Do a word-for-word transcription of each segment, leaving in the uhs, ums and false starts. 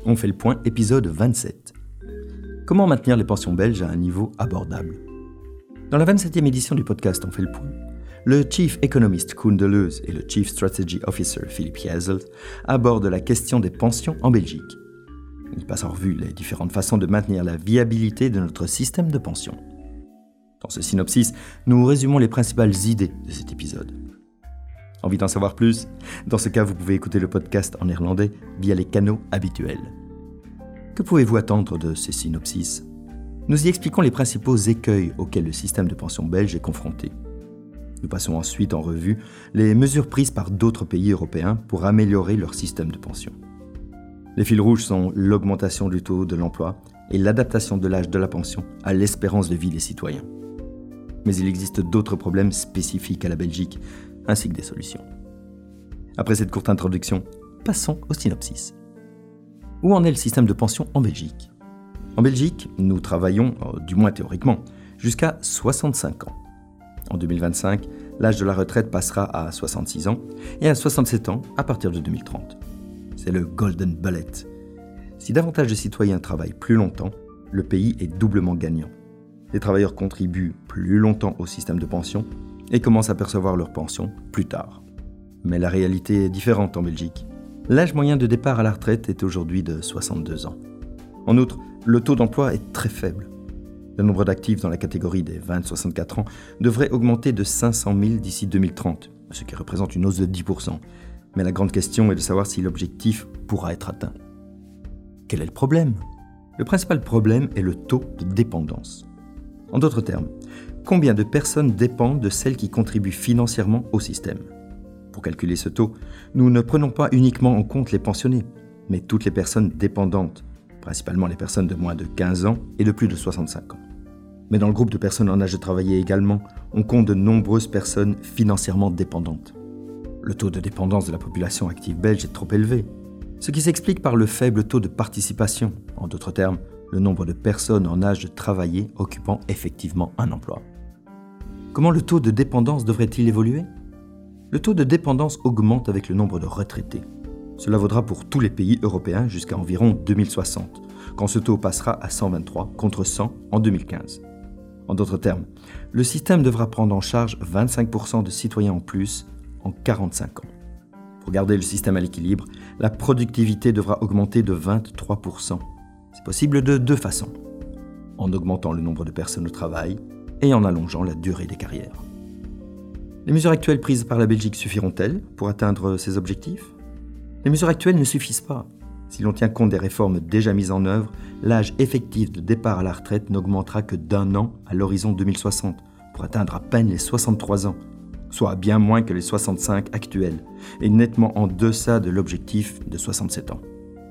On fait le point, épisode vingt-sept. Comment maintenir les pensions belges à un niveau abordable? Dans la vingt-septième édition du podcast On fait le point, le Chief Economist Koen Deleuze et le Chief Strategy Officer Philippe Jezelt abordent la question des pensions en Belgique. Ils passent en revue les différentes façons de maintenir la viabilité de notre système de pension. Dans ce synopsis, nous résumons les principales idées de cet épisode. Envie d'en savoir plus? Dans ce cas, vous pouvez écouter le podcast en néerlandais via les canaux habituels. Que pouvez-vous attendre de ces synopsis? Nous y expliquons les principaux écueils auxquels le système de pension belge est confronté. Nous passons ensuite en revue les mesures prises par d'autres pays européens pour améliorer leur système de pension. Les fils rouges sont l'augmentation du taux de l'emploi et l'adaptation de l'âge de la pension à l'espérance de vie des citoyens. Mais il existe d'autres problèmes spécifiques à la Belgique, ainsi que des solutions. Après cette courte introduction, passons au synopsis. Où en est le système de pension en Belgique? En Belgique, nous travaillons, du moins théoriquement, jusqu'à soixante-cinq ans. En deux mille vingt-cinq, l'âge de la retraite passera à soixante-six ans et à soixante-sept ans à partir de deux mille trente. C'est le Golden Bullet. Si davantage de citoyens travaillent plus longtemps, le pays est doublement gagnant. Les travailleurs contribuent plus longtemps au système de pension et commencent à percevoir leur pension plus tard. Mais la réalité est différente en Belgique. L'âge moyen de départ à la retraite est aujourd'hui de soixante-deux ans. En outre, le taux d'emploi est très faible. Le nombre d'actifs dans la catégorie des vingt à soixante-quatre ans devrait augmenter de cinq cent mille d'ici deux mille trente, ce qui représente une hausse de dix pour cent. Mais la grande question est de savoir si l'objectif pourra être atteint. Quel est le problème? Le principal problème est le taux de dépendance. En d'autres termes, combien de personnes dépendent de celles qui contribuent financièrement au système? Pour calculer ce taux, nous ne prenons pas uniquement en compte les pensionnés, mais toutes les personnes dépendantes, principalement les personnes de moins de quinze ans et de plus de soixante-cinq ans. Mais dans le groupe de personnes en âge de travailler également, on compte de nombreuses personnes financièrement dépendantes. Le taux de dépendance de la population active belge est trop élevé, ce qui s'explique par le faible taux de participation, en d'autres termes, le nombre de personnes en âge de travailler occupant effectivement un emploi. Comment le taux de dépendance devrait-il évoluer? Le taux de dépendance augmente avec le nombre de retraités. Cela vaudra pour tous les pays européens jusqu'à environ deux mille soixante, quand ce taux passera à cent vingt-trois contre cent en deux mille quinze. En d'autres termes, le système devra prendre en charge vingt-cinq pour cent de citoyens en plus en quarante-cinq ans. Pour garder le système à l'équilibre, la productivité devra augmenter de vingt-trois pour cent. C'est possible de deux façons, en augmentant le nombre de personnes au travail et en allongeant la durée des carrières. Les mesures actuelles prises par la Belgique suffiront-elles pour atteindre ces objectifs? Les mesures actuelles ne suffisent pas. Si l'on tient compte des réformes déjà mises en œuvre, l'âge effectif de départ à la retraite n'augmentera que d'un an à l'horizon deux mille soixante, pour atteindre à peine les soixante-trois ans, soit bien moins que les soixante-cinq actuels, et nettement en deçà de l'objectif de soixante-sept ans.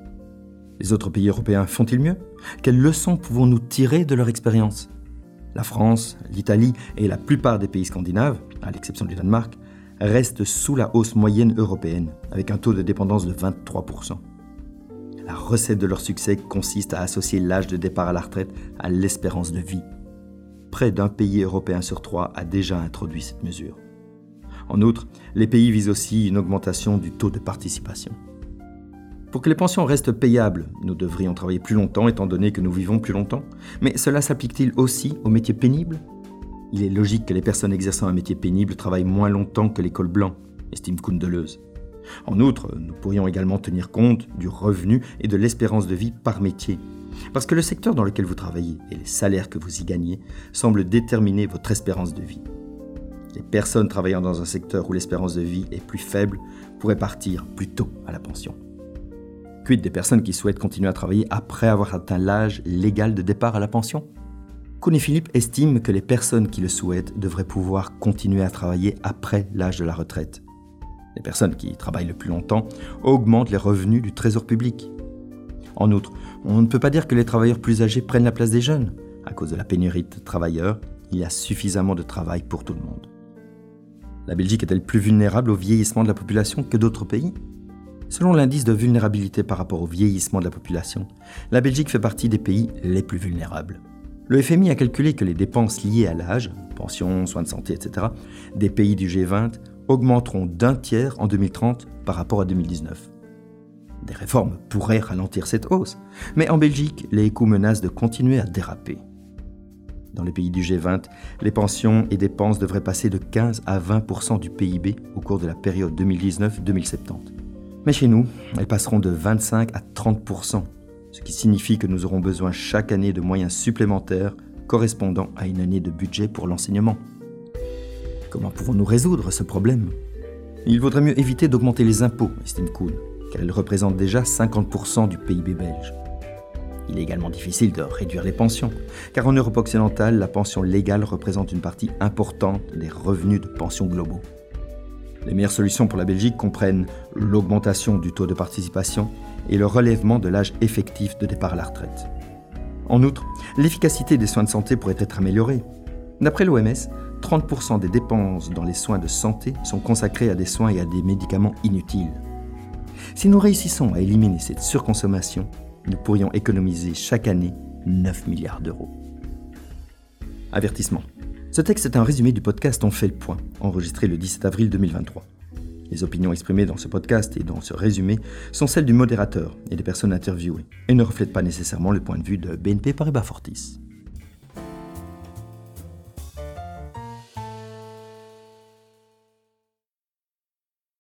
Les autres pays européens font-ils mieux? Quelles leçons pouvons-nous tirer de leur expérience? La France, l'Italie et la plupart des pays scandinaves, à l'exception du Danemark, restent sous la hausse moyenne européenne, avec un taux de dépendance de vingt-trois pour cent. La recette de leur succès consiste à associer l'âge de départ à la retraite à l'espérance de vie. Près d'un pays européen sur trois a déjà introduit cette mesure. En outre, les pays visent aussi une augmentation du taux de participation. Pour que les pensions restent payables, nous devrions travailler plus longtemps étant donné que nous vivons plus longtemps. Mais cela s'applique-t-il aussi aux métiers pénibles? Il est logique que les personnes exerçant un métier pénible travaillent moins longtemps que les cols blancs, estime Koen Deleuze. En outre, nous pourrions également tenir compte du revenu et de l'espérance de vie par métier. Parce que le secteur dans lequel vous travaillez et les salaires que vous y gagnez semblent déterminer votre espérance de vie. Les personnes travaillant dans un secteur où l'espérance de vie est plus faible pourraient partir plus tôt à la pension. Quid des personnes qui souhaitent continuer à travailler après avoir atteint l'âge légal de départ à la pension? Koen et Philippe estiment que les personnes qui le souhaitent devraient pouvoir continuer à travailler après l'âge de la retraite. Les personnes qui travaillent le plus longtemps augmentent les revenus du trésor public. En outre, on ne peut pas dire que les travailleurs plus âgés prennent la place des jeunes. À cause de la pénurie de travailleurs, il y a suffisamment de travail pour tout le monde. La Belgique est-elle plus vulnérable au vieillissement de la population que d'autres pays? Selon l'indice de vulnérabilité par rapport au vieillissement de la population, la Belgique fait partie des pays les plus vulnérables. Le F M I a calculé que les dépenses liées à l'âge, pension, soins de santé, et cetera, des pays du G vingt augmenteront d'un tiers en deux mille trente par rapport à deux mille dix-neuf. Des réformes pourraient ralentir cette hausse, mais en Belgique, les coûts menacent de continuer à déraper. Dans les pays du G vingt, les pensions et dépenses devraient passer de quinze à vingt pour cent du P I B au cours de la période deux mille dix-neuf à deux mille soixante-dix. Mais chez nous, elles passeront de vingt-cinq à trente pour cent, ce qui signifie que nous aurons besoin chaque année de moyens supplémentaires correspondant à une année de budget pour l'enseignement. Comment pouvons-nous résoudre ce problème ? Il vaudrait mieux éviter d'augmenter les impôts, estime Koen, car ils représentent déjà cinquante pour cent du P I B belge. Il est également difficile de réduire les pensions, car en Europe occidentale, la pension légale représente une partie importante des revenus de pension globaux. Les meilleures solutions pour la Belgique comprennent l'augmentation du taux de participation et le relèvement de l'âge effectif de départ à la retraite. En outre, l'efficacité des soins de santé pourrait être améliorée. D'après l'O M S, trente pour cent des dépenses dans les soins de santé sont consacrées à des soins et à des médicaments inutiles. Si nous réussissons à éliminer cette surconsommation, nous pourrions économiser chaque année neuf milliards d'euros. Avertissement. Ce texte est un résumé du podcast On fait le point, enregistré le dix-sept avril deux mille vingt-trois. Les opinions exprimées dans ce podcast et dans ce résumé sont celles du modérateur et des personnes interviewées et ne reflètent pas nécessairement le point de vue de B N P Paribas Fortis.